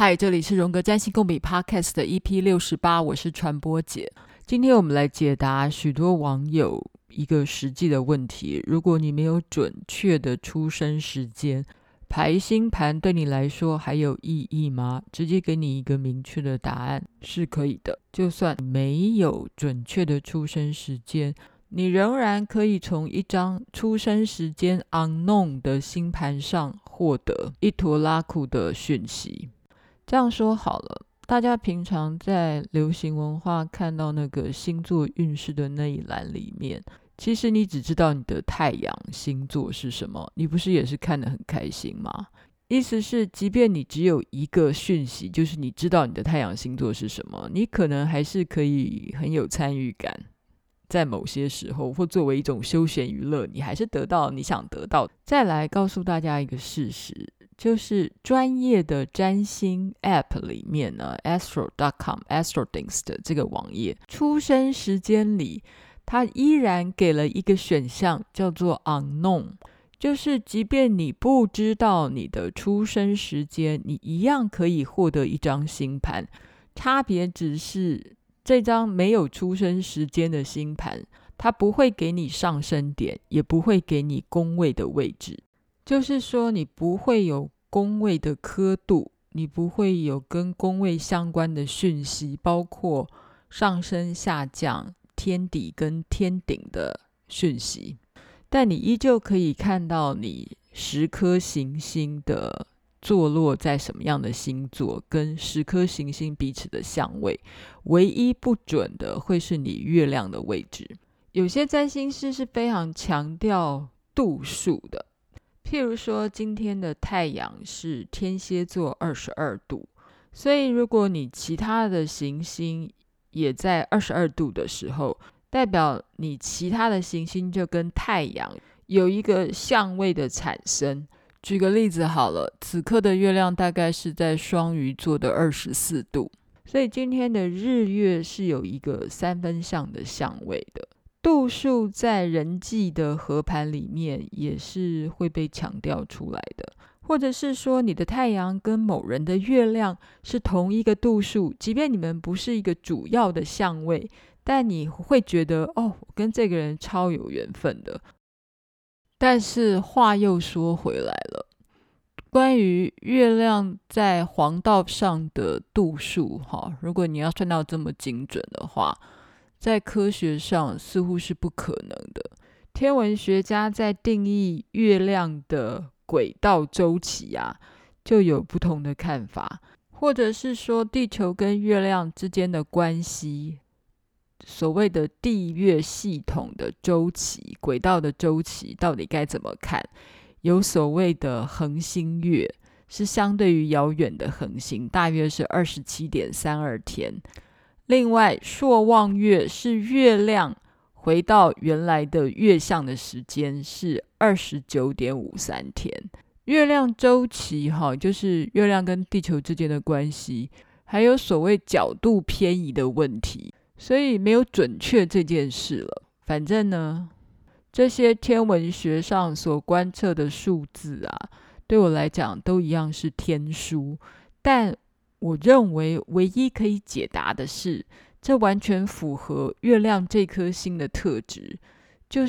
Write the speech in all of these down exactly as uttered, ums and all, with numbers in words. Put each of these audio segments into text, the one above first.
嗨，这里是荣格占星共笔 Podcast 的 E P 六十八，我是传播姐。今天我们来解答许多网友一个实际的问题：如果你没有准确的出生时间，排星盘对你来说还有意义吗？直接给你一个明确的答案是可以的。就算没有准确的出生时间，你仍然可以从一张出生时间 unknown 的星盘上获得一坨拉苦的讯息。这样说好了，大家平常在流行文化看到那个星座运势的那一栏里面，其实你只知道你的太阳星座是什么，你不是也是看得很开心吗？意思是即便你只有一个讯息，就是你知道你的太阳星座是什么，你可能还是可以很有参与感，在某些时候或作为一种休闲娱乐，你还是得到你想得到。再来告诉大家一个事实，就是专业的占星 App 里面呢 astro 点 com、astrodings 的这个网页，出生时间里它依然给了一个选项叫做 unknown， 就是即便你不知道你的出生时间，你一样可以获得一张星盘，差别只是这张没有出生时间的星盘，它不会给你上升点，也不会给你宫位的位置，就是说你不会有宫位的刻度，你不会有跟宫位相关的讯息，包括上升下降、天底跟天顶的讯息，但你依旧可以看到你十颗行星的坐落在什么样的星座，跟十颗行星彼此的相位，唯一不准的会是你月亮的位置。有些占星师是非常强调度数的，譬如说今天的太阳是天蝎座二十二度，所以如果你其他的行星也在二十二度的时候，代表你其他的行星就跟太阳有一个相位的产生。举个例子好了，此刻的月亮大概是在双鱼座的二十四度，所以今天的日月是有一个三分相的相位的。度数在人际的合盘里面也是会被强调出来的，或者是说你的太阳跟某人的月亮是同一个度数，即便你们不是一个主要的相位，但你会觉得哦，我跟这个人超有缘分的。但是话又说回来了，关于月亮在黄道上的度数，如果你要算到这么精准的话，在科学上似乎是不可能的。天文学家在定义月亮的轨道周期啊，就有不同的看法，或者是说地球跟月亮之间的关系，所谓的地月系统的周期、轨道的周期到底该怎么看？有所谓的恒星月，是相对于遥远的恒星，大约是 二十七点三二天。另外朔望月是月亮回到原来的月相的时间是 二十九点五三天。月亮周期就是月亮跟地球之间的关系，还有所谓角度偏移的问题，所以没有准确这件事了。反正呢，这些天文学上所观测的数字啊，对我来讲都一样是天书，但我认为唯一可以解答的是，这完全符合月亮这颗星的特质，就是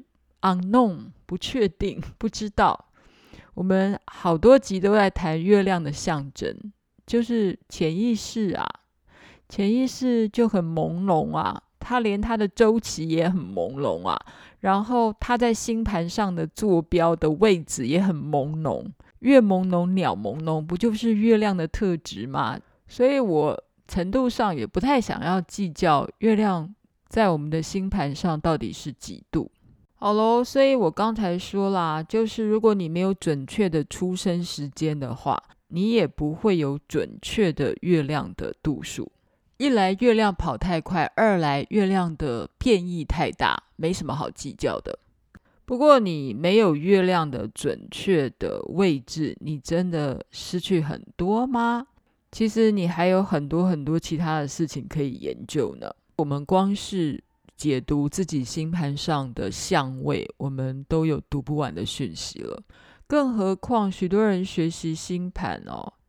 unknown 不确定，不知道。我们好多集都在谈月亮的象征，就是潜意识啊，潜意识就很朦胧啊，它连它的周期也很朦胧啊，然后它在星盘上的坐标的位置也很朦胧，月朦胧鸟朦胧，不就是月亮的特质吗？所以我程度上也不太想要计较月亮在我们的星盘上到底是几度。好咯，所以我刚才说啦，就是如果你没有准确的出生时间的话，你也不会有准确的月亮的度数。一来月亮跑太快，二来月亮的变异太大，没什么好计较的。不过你没有月亮的准确的位置，你真的失去很多吗？其实你还有很多很多其他的事情可以研究呢。我们光是解读自己星盘上的相位，我们都有读不完的讯息了，更何况许多人学习星盘哦的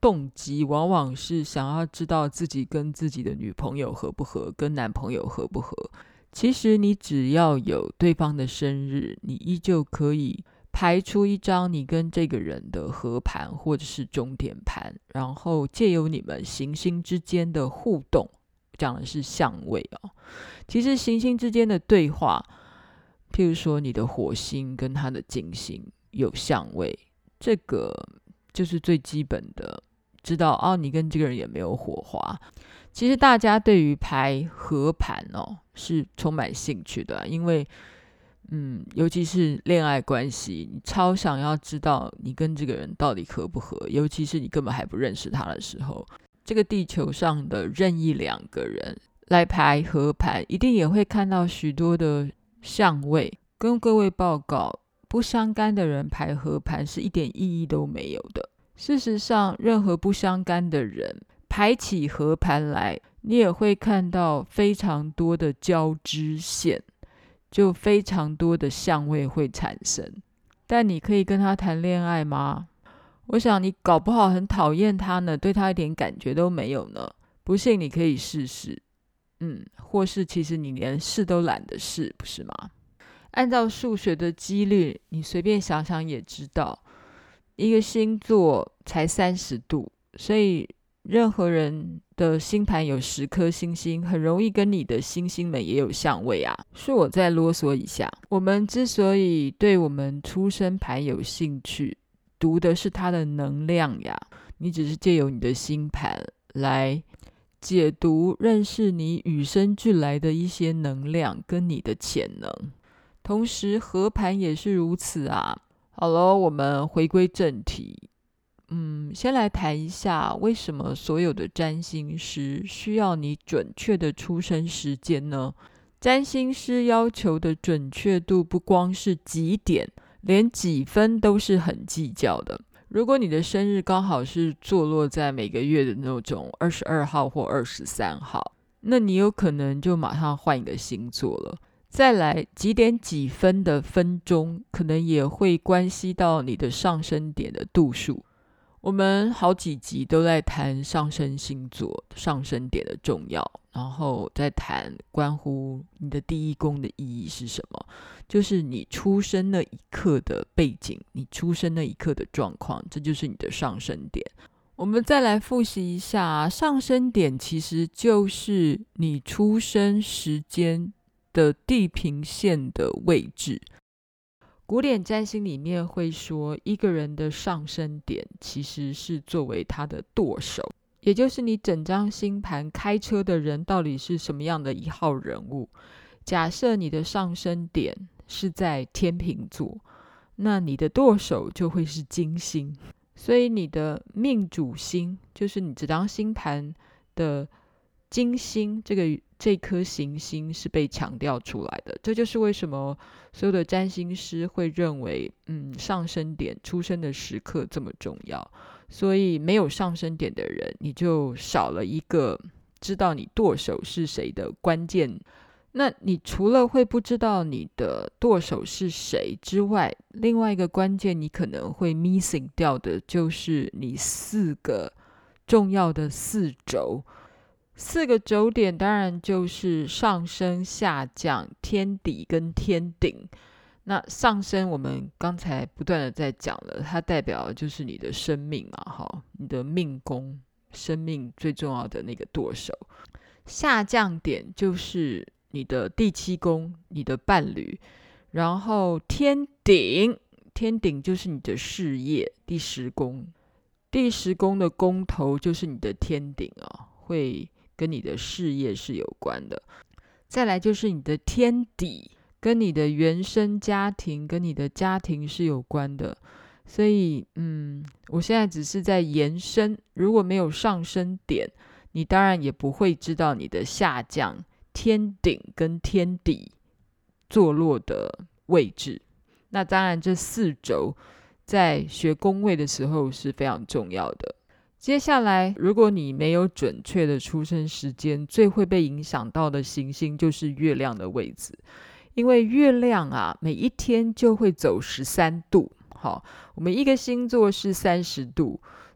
动机往往是想要知道自己跟自己的女朋友合不合，跟男朋友合不合。其实你只要有对方的生日，你依旧可以排出一张你跟这个人的合盘或者是钟点盘，然后借由你们行星之间的互动，讲的是相位哦。其实行星之间的对话，譬如说你的火星跟它的金星有相位，这个就是最基本的，知道哦，你跟这个人也没有火花。其实大家对于排合盘哦是充满兴趣的，因为嗯，尤其是恋爱关系，你超想要知道你跟这个人到底合不合，尤其是你根本还不认识他的时候。这个地球上的任意两个人来排合盘，一定也会看到许多的相位。跟各位报告，不相干的人排合盘是一点意义都没有的。事实上，任何不相干的人排起合盘来，你也会看到非常多的交织线，就非常多的相位会产生。但你可以跟他谈恋爱吗？我想你搞不好很讨厌他呢，对他一点感觉都没有呢。不信你可以试试，嗯，或是其实你连试都懒得试，不是吗？按照数学的几率，你随便想想也知道，一个星座才三十度，所以任何人的星盘有十颗星星，很容易跟你的星星们也有相位啊。恕我再啰嗦一下，我们之所以对我们出生盘有兴趣，读的是它的能量呀。你只是借由你的星盘来解读、认识你与生俱来的一些能量跟你的潜能，同时合盘也是如此啊。好了，我们回归正题。嗯，先来谈一下为什么所有的占星师需要你准确的出生时间呢？占星师要求的准确度不光是几点，连几分都是很计较的。如果你的生日刚好是坐落在每个月的那种二十二号或二十三号，那你有可能就马上换一个星座了。再来，几点几分的分钟可能也会关系到你的上升点的度数。我们好几集都在谈上升星座、上升点的重要，然后再谈关乎你的第一宫的意义是什么，就是你出生那一刻的背景，你出生那一刻的状况，这就是你的上升点。我们再来复习一下，上升点其实就是你出生时间的地平线的位置。古典占星里面会说，一个人的上升点其实是作为他的舵手，也就是你整张星盘开车的人到底是什么样的一号人物。假设你的上升点是在天秤座，那你的舵手就会是金星。所以你的命主星，就是你这张星盘的金星，这个这颗行星是被强调出来的。这就是为什么所有的占星师会认为嗯，上升点出生的时刻这么重要。所以没有上升点的人，你就少了一个知道你舵手是谁的关键。那你除了会不知道你的舵手是谁之外，另外一个关键你可能会 missing 掉的就是你四个重要的四轴。四个轴点当然就是上升、下降、天底跟天顶。那上升我们刚才不断的在讲了，它代表的就是你的生命嘛，你的命宫，生命最重要的那个舵手。下降点就是你的第七宫，你的伴侣。然后天顶，天顶就是你的事业，第十宫。第十宫的宫头就是你的天顶啊，会跟你的事业是有关的。再来就是你的天底，跟你的原生家庭跟你的家庭是有关的。所以嗯，我现在只是在延伸，如果没有上升点，你当然也不会知道你的下降、天顶跟天底坐落的位置。那当然这四轴在学宫位的时候是非常重要的。接下来，如果你没有准确的出生时间，最会被影响到的行星就是月亮的位置。因为月亮啊，每一天就会走十三度。好，我们一个星座是三十度，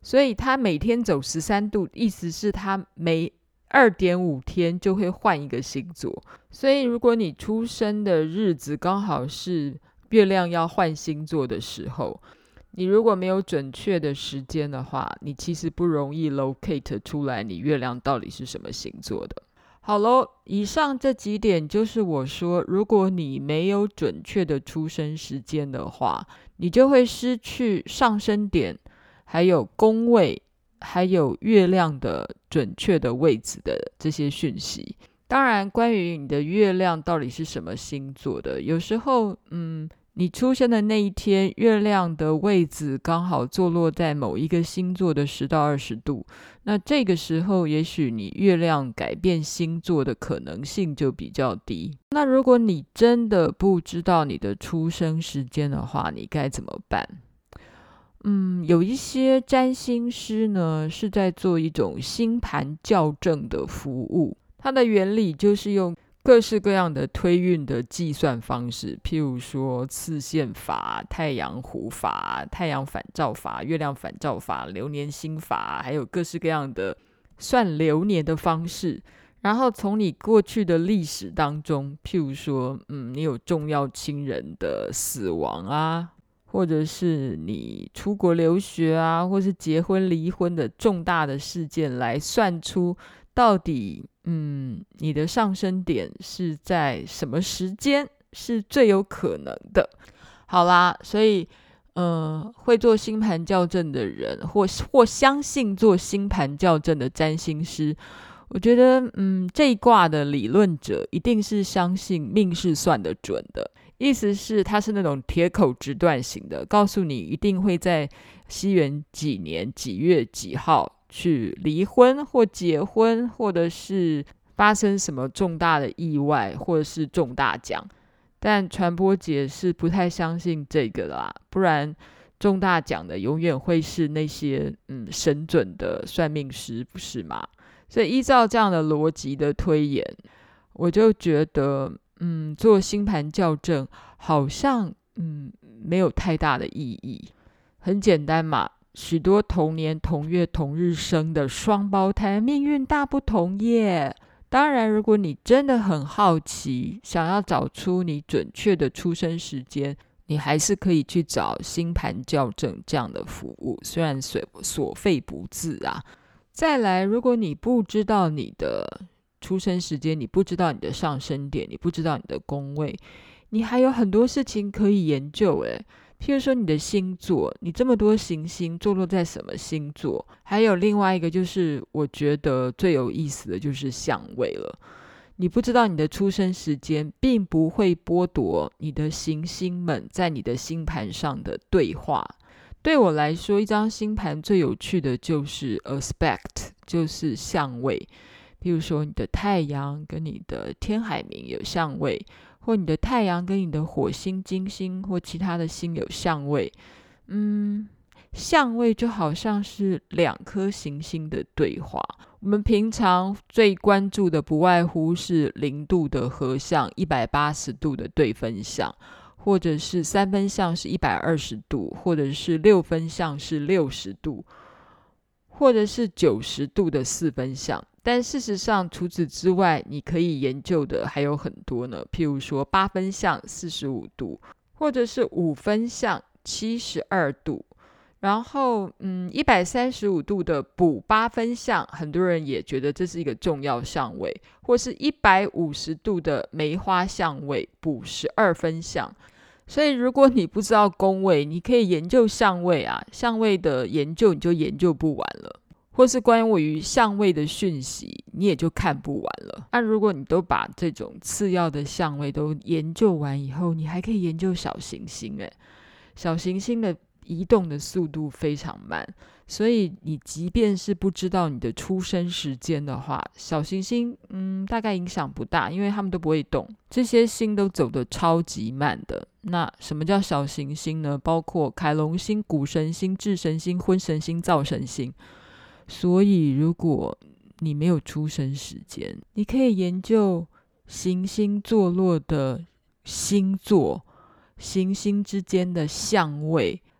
所以他每天走十三度，意思是他每 二点五 天就会换一个星座。所以如果你出生的日子刚好是月亮要换星座的时候，你如果没有准确的时间的话，你其实不容易 locate 出来你月亮到底是什么星座的。好咯，以上这几点就是我说，如果你没有准确的出生时间的话，你就会失去上升点，还有宫位，还有月亮的准确的位置的这些讯息。当然，关于你的月亮到底是什么星座的，有时候嗯，你出生的那一天，月亮的位置刚好坐落在某一个星座的十到二十度，那这个时候也许你月亮改变星座的可能性就比较低。那如果你真的不知道你的出生时间的话，你该怎么办？嗯，有一些占星师呢是在做一种星盘校正的服务，它的原理就是用各式各样的推运的计算方式，譬如说次线法、太阳弧法、太阳反照法、月亮反照法、流年星法，还有各式各样的算流年的方式，然后从你过去的历史当中，譬如说嗯，你有重要亲人的死亡啊，或者是你出国留学啊，或是结婚离婚的重大的事件，来算出到底嗯，你的上升点是在什么时间是最有可能的。好啦，所以呃，会做星盘校正的人，或或相信做星盘校正的占星师，我觉得嗯，这一卦的理论者一定是相信命是算得准的，意思是他是那种铁口直断型的，告诉你一定会在西元几年几月几号去离婚或结婚，或者是发生什么重大的意外，或者是中大奖。但传播节是不太相信这个啦，不然中大奖的永远会是那些嗯神准的算命师，不是吗？所以依照这样的逻辑的推演，我就觉得嗯做星盘校正好像嗯没有太大的意义。很简单嘛，许多同年同月同日生的双胞胎命运大不同耶。当然，如果你真的很好奇，想要找出你准确的出生时间，你还是可以去找星盘校正这样的服务，虽然所费不赀啊。再来，如果你不知道你的出生时间，你不知道你的上升点，你不知道你的宫位，你还有很多事情可以研究耶。譬如说你的星座，你这么多行星坐落在什么星座？还有另外一个就是我觉得最有意思的就是相位了。你不知道你的出生时间，并不会剥夺你的行星们在你的星盘上的对话。对我来说，一张星盘最有趣的就是 aspect， 就是相位。譬如说你的太阳跟你的天海冥有相位，或你的太阳跟你的火星、金星或其他的星有相位。嗯，相位就好像是两颗行星的对话。我们平常最关注的不外乎是零度的合相、一百八十度的对分相，或者是三分相是一百二十度，或者是六分相是六十度，或者是九十度的四分相。但事实上，除此之外，你可以研究的还有很多呢。譬如说八分相四十五度，或者是五分相七十二度。然后，嗯，一百三十五度的补八分相，很多人也觉得这是一个重要相位，或是一百五十度的梅花相位补十二分相。所以，如果你不知道宫位，你可以研究相位啊，相位的研究你就研究不完了。或是关于相位的讯息，你也就看不完了。那、啊、如果你都把这种次要的相位都研究完以后，你还可以研究小行星。诶，小行星的移动的速度非常慢，所以你即便是不知道你的出生时间的话，小行星嗯大概影响不大，因为它们都不会动。这些星都走得超级慢的。那什么叫小行星呢？包括凯龙星、谷神星、智神星、婚神星、灶神星。所以如果你没有出生时间，你可以研究行星坐落的星座、行星之间的相位，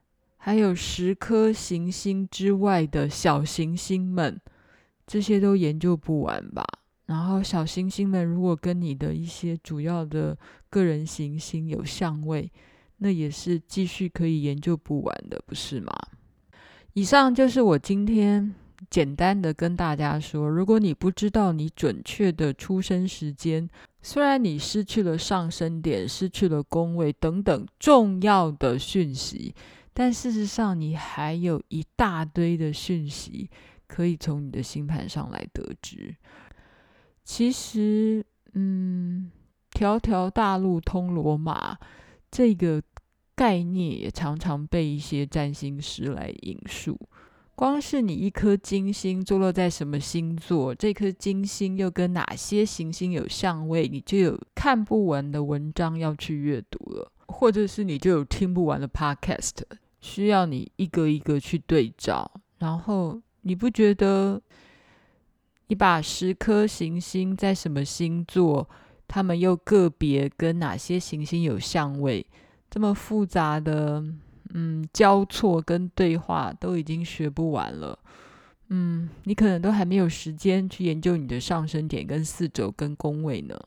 还有十颗行星之外的小行星们，这些都研究不完吧。然后小行星们如果跟你的一些主要的个人行星有相位，那也是继续可以研究不完的，不是吗？以上就是我今天简单的跟大家说，如果你不知道你准确的出生时间，虽然你失去了上升点，失去了宫位等等重要的讯息，但事实上你还有一大堆的讯息可以从你的星盘上来得知。其实嗯，条条大路通罗马这个概念也常常被一些占星师来引述。光是你一颗金星坐落在什么星座，这颗金星又跟哪些行星有相位，你就有看不完的文章要去阅读了，或者是你就有听不完的 podcast 需要你一个一个去对照。然后你不觉得你把十颗行星在什么星座，它们又个别跟哪些行星有相位，这么复杂的嗯交错跟对话都已经学不完了。嗯，你可能都还没有时间去研究你的上升点跟四轴跟宫位呢。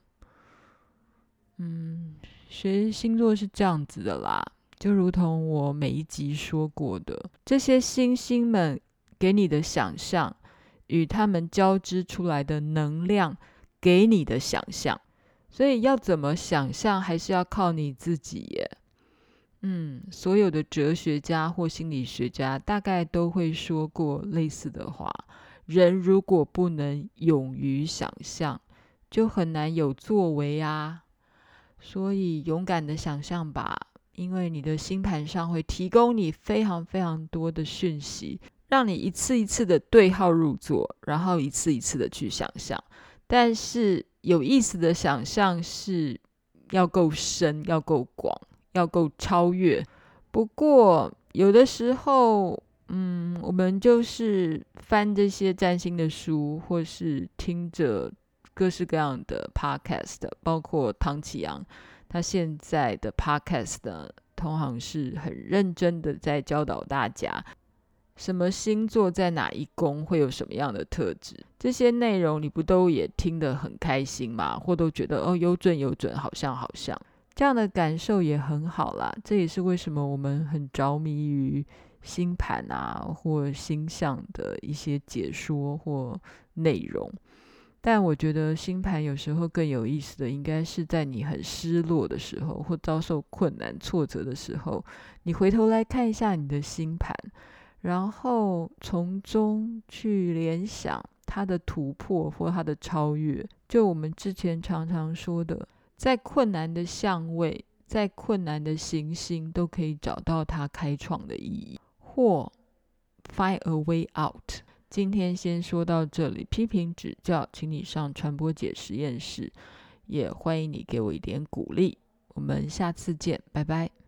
嗯，学星座是这样子的啦，就如同我每一集说过的，这些星星们给你的想象与他们交织出来的能量给你的想象，所以要怎么想象还是要靠你自己耶。嗯，所有的哲学家或心理学家大概都会说过类似的话，人如果不能勇于想象，就很难有作为啊。所以勇敢的想象吧，因为你的星盘上会提供你非常非常多的讯息，让你一次一次的对号入座，然后一次一次的去想象。但是有意思的想象是要够深，要够广，要够超越。不过有的时候嗯，我们就是翻这些占星的书，或是听着各式各样的 podcast， 包括唐启阳他现在的 podcast 呢，通常是很认真的在教导大家什么星座在哪一宫会有什么样的特质，这些内容你不都也听得很开心吗？或都觉得哦有准有准，好像好像，这样的感受也很好啦。这也是为什么我们很着迷于星盘啊或星象的一些解说或内容。但我觉得星盘有时候更有意思的，应该是在你很失落的时候，或遭受困难挫折的时候，你回头来看一下你的星盘，然后从中去联想它的突破或它的超越。就我们之前常常说的，在困难的相位，在困难的行星，都可以找到它开创的意义，或 find a way out。今天先说到这里，批评指教请你上传播姐实验室，也欢迎你给我一点鼓励。我们下次见，拜拜。